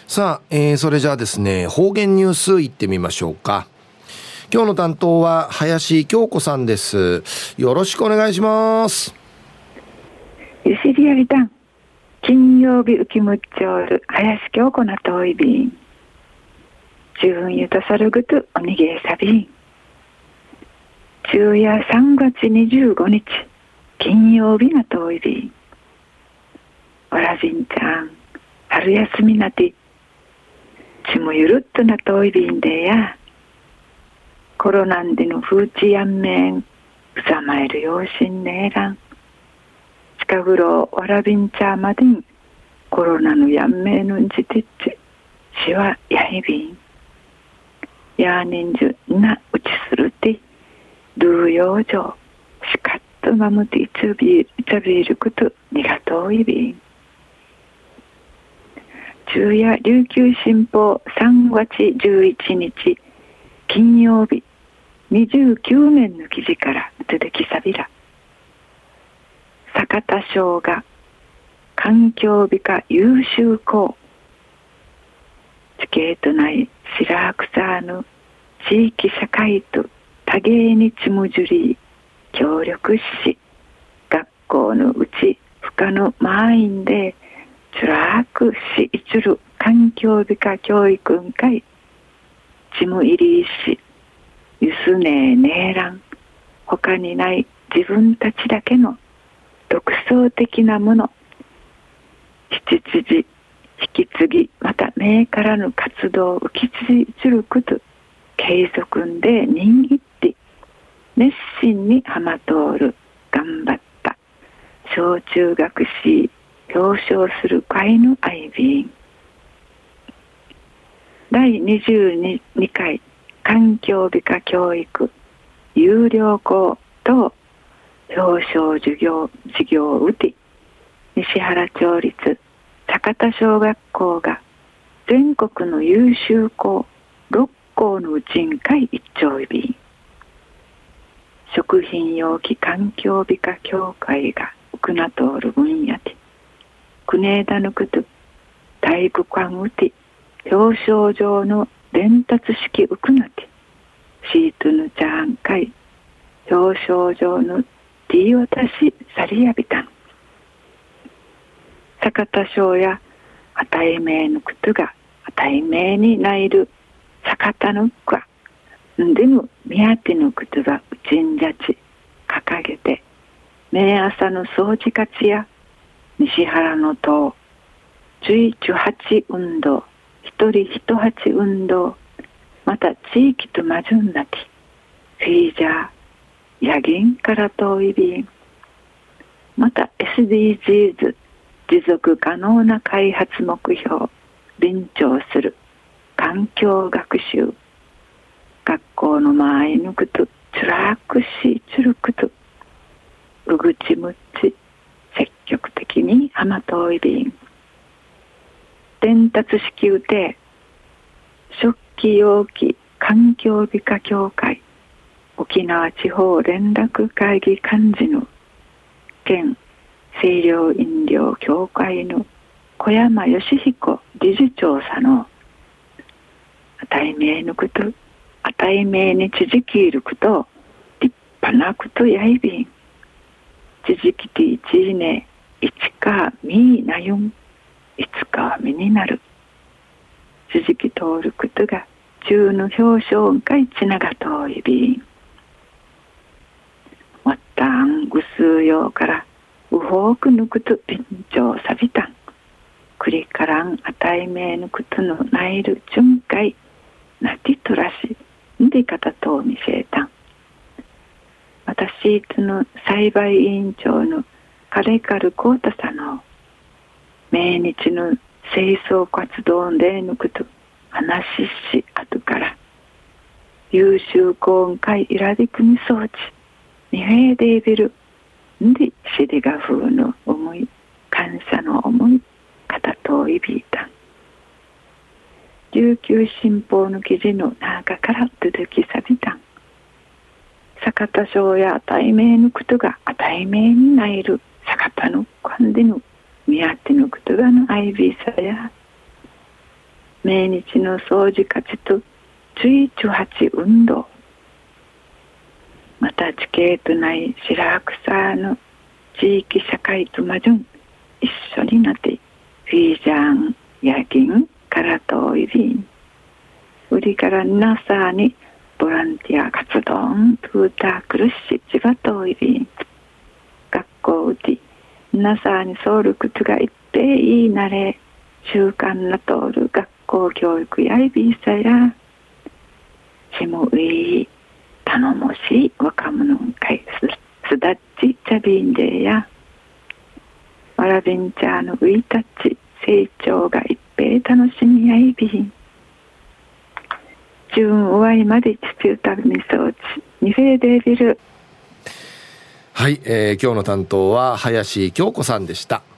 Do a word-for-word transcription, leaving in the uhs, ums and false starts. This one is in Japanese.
さあ、えー、それじゃあですね、方言ニュースいってみましょうか。今日の担当は林京子さんです。よろしくお願いします。 ゆしりやりだん金曜日浮きむっちょる林京子なといびんじゅうんゆたさるぐとおにげえさびん昼夜さんがつにじゅうごにち金曜日なといびんわらじんちゃん春休みなてちもゆるっとなといびんでやコロナンでの風知やんめんうさまえるようしんねえらん近頃わらびんちゃまでんコロナのやんめいのんじてっちしわやいびんやーにんじゅなうちするてどうようじょうしかっとまむていつびいちゃびいることにがといびん昼夜琉球新報さんがつじゅういちにち金曜日にじゅうきゅうめんの記事から続きさびら酒田省が環境美化優秀校地形とない白草の地域社会と多芸にちむじゅり協力し学校のうち不可の満員でつらくしいつる環境美化教育委員会ちむ入りしゆすねえねえらん他にない自分たちだけの独創的なもの引き継ぎ引き継ぎまた目からの活動を受け継ぐこと継続で人気って熱心にはまとおる頑張った小中学士表彰する会のアイビンだいにじゅうにかい環境美化教育有料校と表彰授業事業を打て西原町立酒田小学校が全国の優秀校ろっこうのうちんかい一丁日食品容器環境美化協会が行なとおる分野で国枝のこと体育館うて表彰状の伝達式うくなてシートのチャーン会表彰状のティーワタシサリヤビタン酒田省やあたいめいのことがあたいめいにないる酒田のくわんでも宮手のことがうちんじゃち掲げて明朝の掃除活や西原の塔じゅうはち運動一人一八運動また地域とまじゅんなてフィージャーヤギンから遠いびんまた エスディージーズ 持続可能な開発目標臨調する環境学習学校の前のことつらくしつることうぐちむっち積極的にはまといびん伝達式うて食器容器環境美化協会沖縄地方連絡会議幹事の県清涼飲料協会の小山義彦理事長さのあたいめいのことあたいめいにちじきいること立派なことやいびんちじきていちいねいつかみなゆんいつかはみになるちじき通ることが中の表彰会ちながといびんわったんぐすうようからうほうくぬくと便乗さびたんくりからんあたいめいぬくとのないるちゅんかいなてとらしんでかたとを見せたんまたシーツの栽培委員長のカレカルコータさんの命日の清掃活動でぬくと話し後から優秀公運会いらびくみ装置にへいでいびるんでしりが風の思い感謝の思い片といびいた琉球新報の記事の中から続きさびたん酒田省やあたいめいのことがあたいめいにないる酒田のかんでの宮手のことがのアイビーさや命日の掃除活と追中八運動また地形とない白草の地域社会とまじゅん一緒になってフィージャンヤギンから遠いびん売りからなさにボランティア活動トゥータークルシチバ遠いびん学校うちなさにソウル靴が一平いいなれ習慣な通る学校教育やいびいさやしもうい頼もしい若者んかいすすだっちちゃびんでやわらびんちゃのういたち成長が一平楽しみやいびんジュンおわいまでちちゅうたみそうちにフェーデービルはい、えー、今日の担当は林京子さんでした。